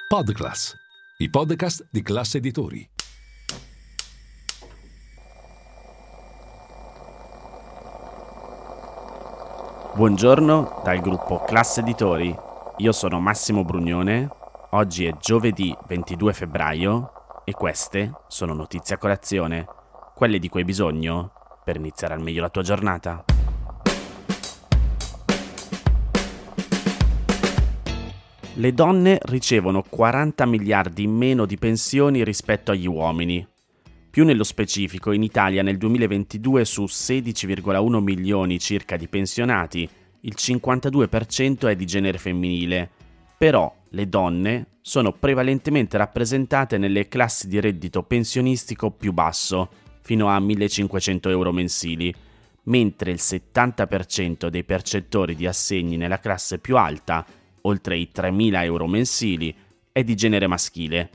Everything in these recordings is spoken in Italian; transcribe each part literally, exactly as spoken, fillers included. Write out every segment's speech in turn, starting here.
Podclass, i podcast di Classe Editori. Buongiorno dal gruppo Classe Editori, io sono Massimo Brugnone, oggi è giovedì ventidue febbraio e queste sono notizie a colazione, quelle di cui hai bisogno per iniziare al meglio la tua giornata. Le donne ricevono quaranta miliardi in meno di pensioni rispetto agli uomini. Più nello specifico, in Italia nel duemilaventidue su sedici virgola uno milioni circa di pensionati, il cinquantadue per cento è di genere femminile, però le donne sono prevalentemente rappresentate nelle classi di reddito pensionistico più basso, fino a millecinquecento euro mensili, mentre il settanta per cento dei percettori di assegni nella classe più alta, oltre i tremila euro mensili, è di genere maschile.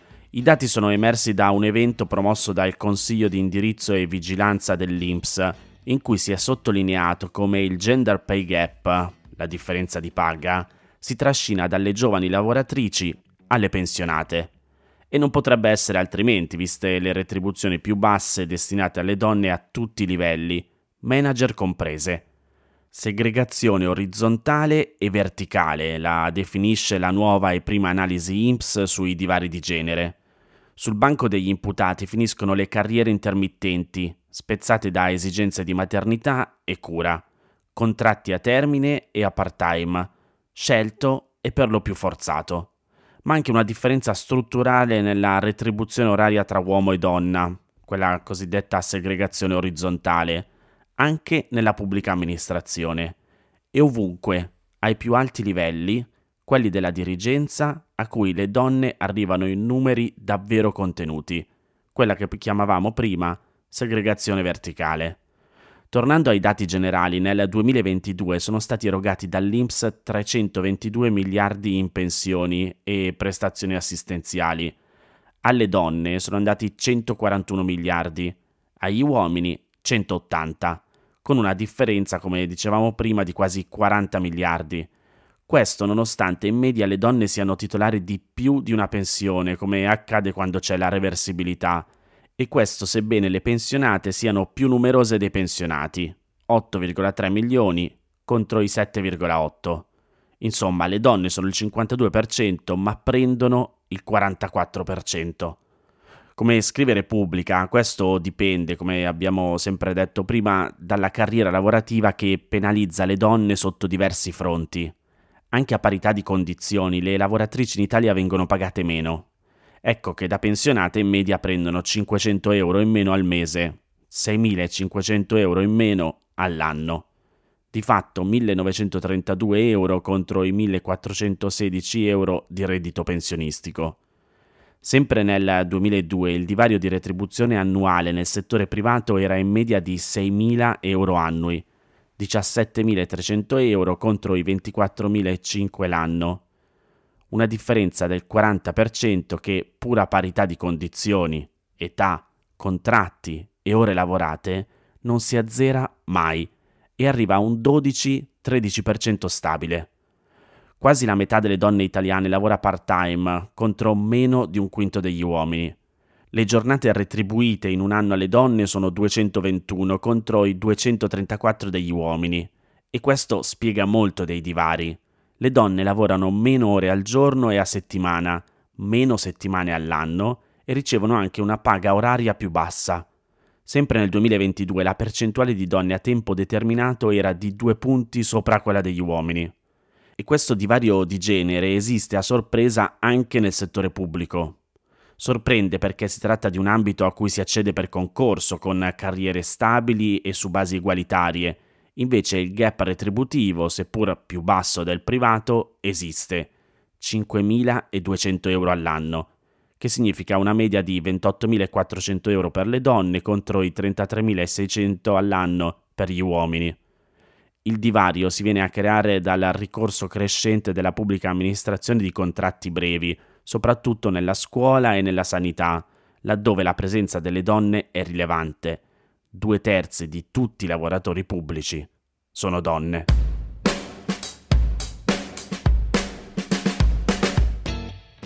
I dati sono emersi da un evento promosso dal Consiglio di indirizzo e vigilanza dell'I N P S, in cui si è sottolineato come il gender pay gap, la differenza di paga, si trascina dalle giovani lavoratrici alle pensionate. E non potrebbe essere altrimenti, viste le retribuzioni più basse destinate alle donne a tutti i livelli, manager comprese. Segregazione orizzontale e verticale la definisce la nuova e prima analisi I N P S sui divari di genere. Sul banco degli imputati finiscono le carriere intermittenti, spezzate da esigenze di maternità e cura, contratti a termine e a part-time, scelto e per lo più forzato, ma anche una differenza strutturale nella retribuzione oraria tra uomo e donna, quella cosiddetta segregazione orizzontale, anche nella pubblica amministrazione, e ovunque, ai più alti livelli, quelli della dirigenza, a cui le donne arrivano in numeri davvero contenuti, quella che chiamavamo prima segregazione verticale. Tornando ai dati generali, nel duemilaventidue sono stati erogati dall'I N P S trecentoventidue miliardi in pensioni e prestazioni assistenziali. Alle donne sono andati centoquarantuno miliardi, agli uomini centottanta, con una differenza, come dicevamo prima, di quasi quaranta miliardi. Questo nonostante in media le donne siano titolari di più di una pensione, come accade quando c'è la reversibilità, e questo sebbene le pensionate siano più numerose dei pensionati, otto virgola tre milioni contro i sette virgola otto. Insomma, le donne sono il cinquantadue per cento, ma prendono il quarantaquattro per cento. Come scrive Repubblica, questo dipende, come abbiamo sempre detto prima, dalla carriera lavorativa che penalizza le donne sotto diversi fronti. Anche a parità di condizioni, le lavoratrici in Italia vengono pagate meno. Ecco che da pensionate in media prendono cinquecento euro in meno al mese, seimilacinquecento euro in meno all'anno. Di fatto millenovecentotrentadue euro contro i millequattrocentosedici euro di reddito pensionistico. Sempre nel duemiladue il divario di retribuzione annuale nel settore privato era in media di seimila euro annui, diciassettemilatrecento euro contro i ventiquattromilacinquecento l'anno. Una differenza del quaranta per cento che, pur a parità di condizioni, età, contratti e ore lavorate, non si azzera mai e arriva a un dodici-tredici per cento stabile. Quasi la metà delle donne italiane lavora part-time, contro meno di un quinto degli uomini. Le giornate retribuite in un anno alle donne sono duecentoventuno contro i duecentotrentaquattro degli uomini, e questo spiega molto dei divari. Le donne lavorano meno ore al giorno e a settimana, meno settimane all'anno e ricevono anche una paga oraria più bassa. Sempre nel duemilaventidue la percentuale di donne a tempo determinato era di due punti sopra quella degli uomini. E questo divario di genere esiste a sorpresa anche nel settore pubblico. Sorprende perché si tratta di un ambito a cui si accede per concorso, con carriere stabili e su basi egualitarie. Invece il gap retributivo, seppur più basso del privato, esiste, cinquemiladuecento euro all'anno, che significa una media di ventottomilaquattrocento euro per le donne contro i trentatremilaseicento all'anno per gli uomini. Il divario si viene a creare dal ricorso crescente della pubblica amministrazione di contratti brevi, soprattutto nella scuola e nella sanità, laddove la presenza delle donne è rilevante. Due terzi di tutti i lavoratori pubblici sono donne.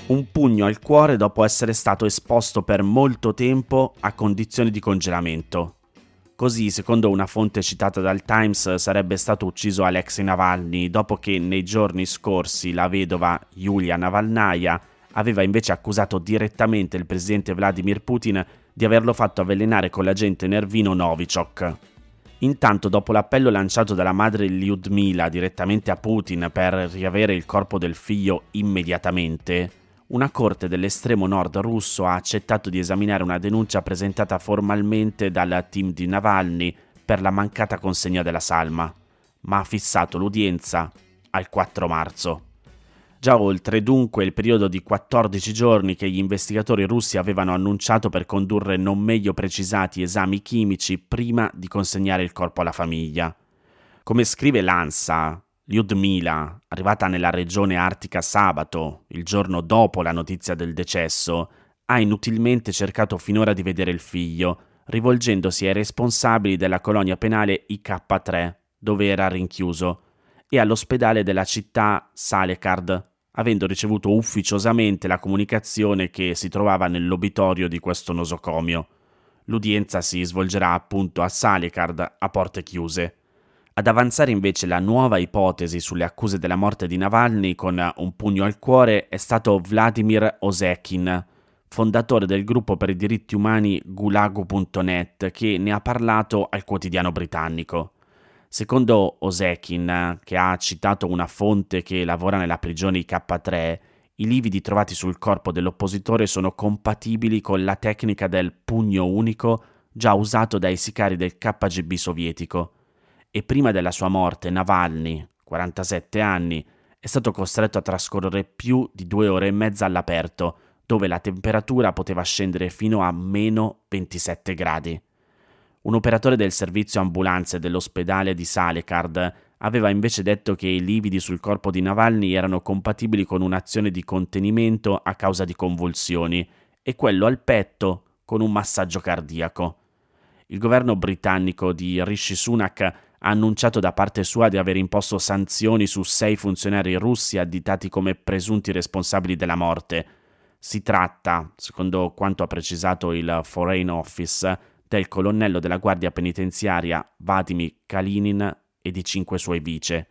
Un pugno al cuore dopo essere stato esposto per molto tempo a condizioni di congelamento. Così, secondo una fonte citata dal Times, sarebbe stato ucciso Alexei Navalny dopo che nei giorni scorsi la vedova Yulia Navalnaya aveva invece accusato direttamente il presidente Vladimir Putin di averlo fatto avvelenare con l'agente nervino Novichok. Intanto, dopo l'appello lanciato dalla madre Lyudmila direttamente a Putin per riavere il corpo del figlio immediatamente, una corte dell'estremo nord russo ha accettato di esaminare una denuncia presentata formalmente dal team di Navalny per la mancata consegna della salma, ma ha fissato l'udienza al quattro marzo. Già oltre dunque il periodo di quattordici giorni che gli investigatori russi avevano annunciato per condurre non meglio precisati esami chimici prima di consegnare il corpo alla famiglia. Come scrive l'ANSA, Lyudmila, arrivata nella regione artica sabato, il giorno dopo la notizia del decesso, ha inutilmente cercato finora di vedere il figlio, rivolgendosi ai responsabili della colonia penale I K tre, dove era rinchiuso, e all'ospedale della città Salekard, avendo ricevuto ufficiosamente la comunicazione che si trovava nell'obitorio di questo nosocomio. L'udienza si svolgerà appunto a Salekard a porte chiuse. Ad avanzare invece la nuova ipotesi sulle accuse della morte di Navalny con un pugno al cuore è stato Vladimir Osekin, fondatore del gruppo per i diritti umani Gulagu punto net, che ne ha parlato al quotidiano britannico. Secondo Osekin, che ha citato una fonte che lavora nella prigione I K tre, i lividi trovati sul corpo dell'oppositore sono compatibili con la tecnica del pugno unico già usato dai sicari del K G B sovietico. E prima della sua morte Navalny, quarantasette anni, è stato costretto a trascorrere più di due ore e mezza all'aperto, dove la temperatura poteva scendere fino a meno ventisette gradi. Un operatore del servizio ambulanze dell'ospedale di Salekard aveva invece detto che i lividi sul corpo di Navalny erano compatibili con un'azione di contenimento a causa di convulsioni e quello al petto con un massaggio cardiaco. Il governo britannico di Rishi Sunak ha annunciato da parte sua di aver imposto sanzioni su sei funzionari russi additati come presunti responsabili della morte. Si tratta, secondo quanto ha precisato il Foreign Office, del colonnello della guardia penitenziaria Vadym Kalinin e di cinque suoi vice.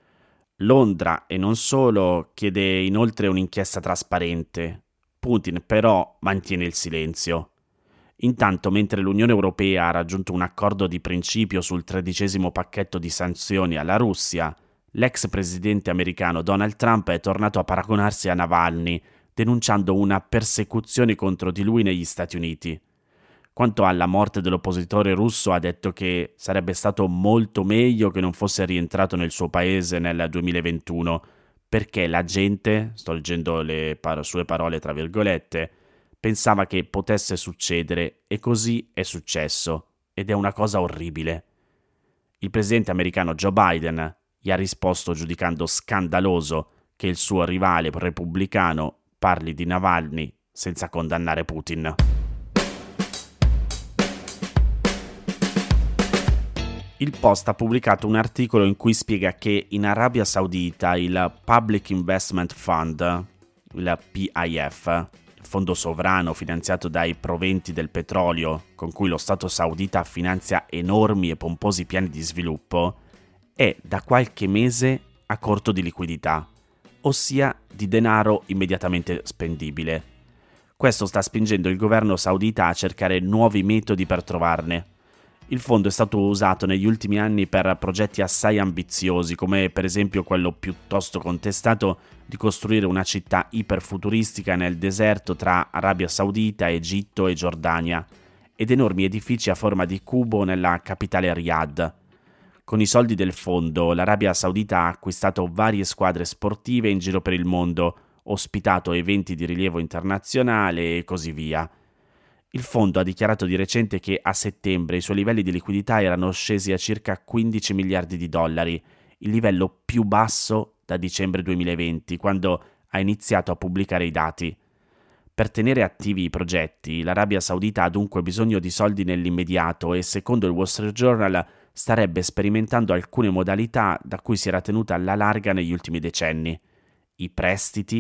Londra, e non solo, chiede inoltre un'inchiesta trasparente. Putin però mantiene il silenzio. Intanto, mentre l'Unione Europea ha raggiunto un accordo di principio sul tredicesimo pacchetto di sanzioni alla Russia, l'ex presidente americano Donald Trump è tornato a paragonarsi a Navalny, denunciando una persecuzione contro di lui negli Stati Uniti. Quanto alla morte dell'oppositore russo, ha detto che sarebbe stato molto meglio che non fosse rientrato nel suo paese nel duemilaventuno, perché la gente, sto leggendo le par- sue parole tra virgolette, pensava che potesse succedere e così è successo, ed è una cosa orribile. Il presidente americano Joe Biden gli ha risposto giudicando scandaloso che il suo rivale repubblicano parli di Navalny senza condannare Putin. Il Post ha pubblicato un articolo in cui spiega che in Arabia Saudita il Public Investment Fund, il P I F, il fondo sovrano finanziato dai proventi del petrolio con cui lo Stato saudita finanzia enormi e pomposi piani di sviluppo, è da qualche mese a corto di liquidità, ossia di denaro immediatamente spendibile. Questo sta spingendo il governo saudita a cercare nuovi metodi per trovarne. Il fondo è stato usato negli ultimi anni per progetti assai ambiziosi, come per esempio quello piuttosto contestato di costruire una città iperfuturistica nel deserto tra Arabia Saudita, Egitto e Giordania, ed enormi edifici a forma di cubo nella capitale Riyadh. Con i soldi del fondo, l'Arabia Saudita ha acquistato varie squadre sportive in giro per il mondo, ospitato eventi di rilievo internazionale e così via. Il fondo ha dichiarato di recente che a settembre i suoi livelli di liquidità erano scesi a circa quindici miliardi di dollari, il livello più basso da dicembre duemilaventi, quando ha iniziato a pubblicare i dati. Per tenere attivi i progetti, l'Arabia Saudita ha dunque bisogno di soldi nell'immediato e, secondo il Wall Street Journal, starebbe sperimentando alcune modalità da cui si era tenuta alla larga negli ultimi decenni: i prestiti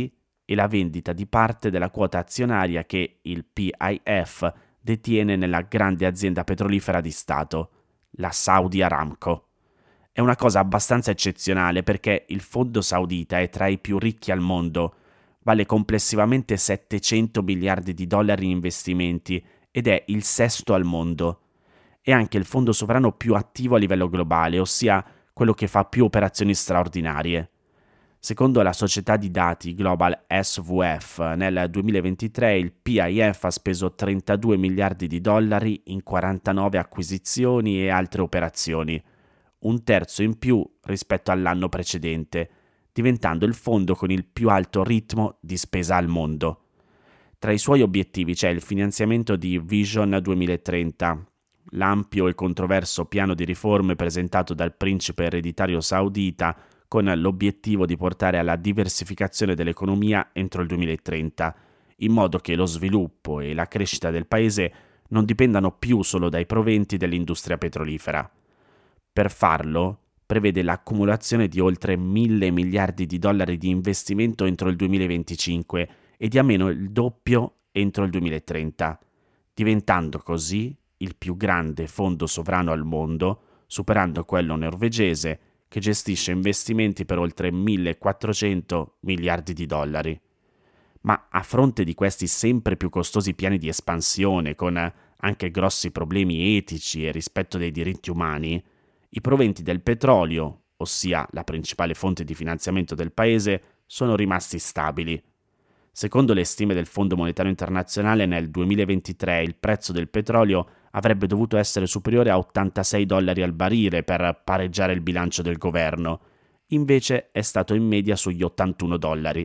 e la vendita di parte della quota azionaria che il P I F detiene nella grande azienda petrolifera di Stato, la Saudi Aramco. È una cosa abbastanza eccezionale perché il fondo saudita è tra i più ricchi al mondo, vale complessivamente settecento miliardi di dollari in investimenti ed è il sesto al mondo. È anche il fondo sovrano più attivo a livello globale, ossia quello che fa più operazioni straordinarie. Secondo la società di dati Global S V F, nel duemilaventitré il P I F ha speso trentadue miliardi di dollari in quarantanove acquisizioni e altre operazioni, un terzo in più rispetto all'anno precedente, diventando il fondo con il più alto ritmo di spesa al mondo. Tra i suoi obiettivi c'è il finanziamento di Vision duemilatrenta, l'ampio e controverso piano di riforme presentato dal principe ereditario saudita con l'obiettivo di portare alla diversificazione dell'economia entro il duemilatrenta, in modo che lo sviluppo e la crescita del paese non dipendano più solo dai proventi dell'industria petrolifera. Per farlo, prevede l'accumulazione di oltre mille miliardi di dollari di investimento entro il duemilaventicinque e di almeno il doppio entro il duemilatrenta, diventando così il più grande fondo sovrano al mondo, superando quello norvegese, che gestisce investimenti per oltre millequattrocento miliardi di dollari. Ma a fronte di questi sempre più costosi piani di espansione, con anche grossi problemi etici e rispetto dei diritti umani, i proventi del petrolio, ossia la principale fonte di finanziamento del paese, sono rimasti stabili. Secondo le stime del Fondo Monetario Internazionale, nel duemilaventitré il prezzo del petrolio avrebbe dovuto essere superiore a ottantasei dollari al barile per pareggiare il bilancio del governo, invece è stato in media sugli ottantuno dollari.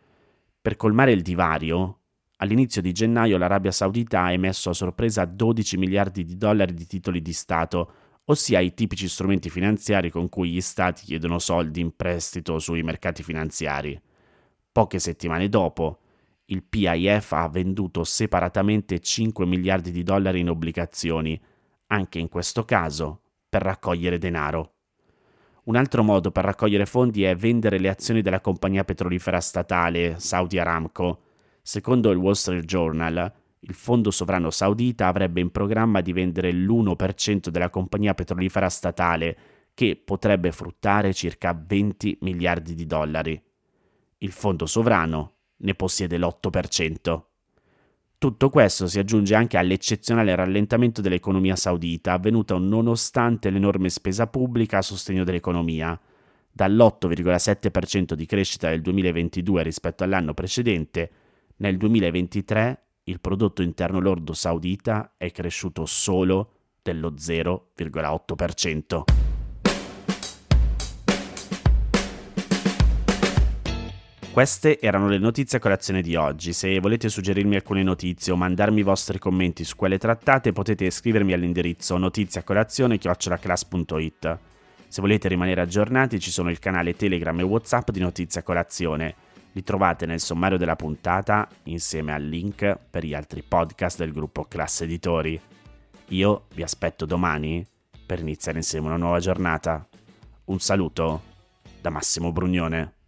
Per colmare il divario, all'inizio di gennaio l'Arabia Saudita ha emesso a sorpresa dodici miliardi di dollari di titoli di Stato, ossia i tipici strumenti finanziari con cui gli stati chiedono soldi in prestito sui mercati finanziari. Poche settimane dopo, il P I F ha venduto separatamente cinque miliardi di dollari in obbligazioni, anche in questo caso per raccogliere denaro. Un altro modo per raccogliere fondi è vendere le azioni della compagnia petrolifera statale Saudi Aramco. Secondo il Wall Street Journal, il fondo sovrano saudita avrebbe in programma di vendere l'uno per cento della compagnia petrolifera statale, che potrebbe fruttare circa venti miliardi di dollari. Il fondo sovrano ne possiede l'otto per cento. Tutto questo si aggiunge anche all'eccezionale rallentamento dell'economia saudita, avvenuto nonostante l'enorme spesa pubblica a sostegno dell'economia. Dall'otto virgola sette per cento di crescita del duemilaventidue rispetto all'anno precedente, nel duemilaventitré il prodotto interno lordo saudita è cresciuto solo dello zero virgola otto per cento. Queste erano le notizie a colazione di oggi. Se volete suggerirmi alcune notizie o mandarmi i vostri commenti su quelle trattate, potete scrivermi all'indirizzo notiziacolazione chiocciola class punto it. Se volete rimanere aggiornati, ci sono il canale Telegram e WhatsApp di Notizia Colazione. Li trovate nel sommario della puntata insieme al link per gli altri podcast del gruppo Class Editori. Io vi aspetto domani per iniziare insieme una nuova giornata. Un saluto da Massimo Brugnone.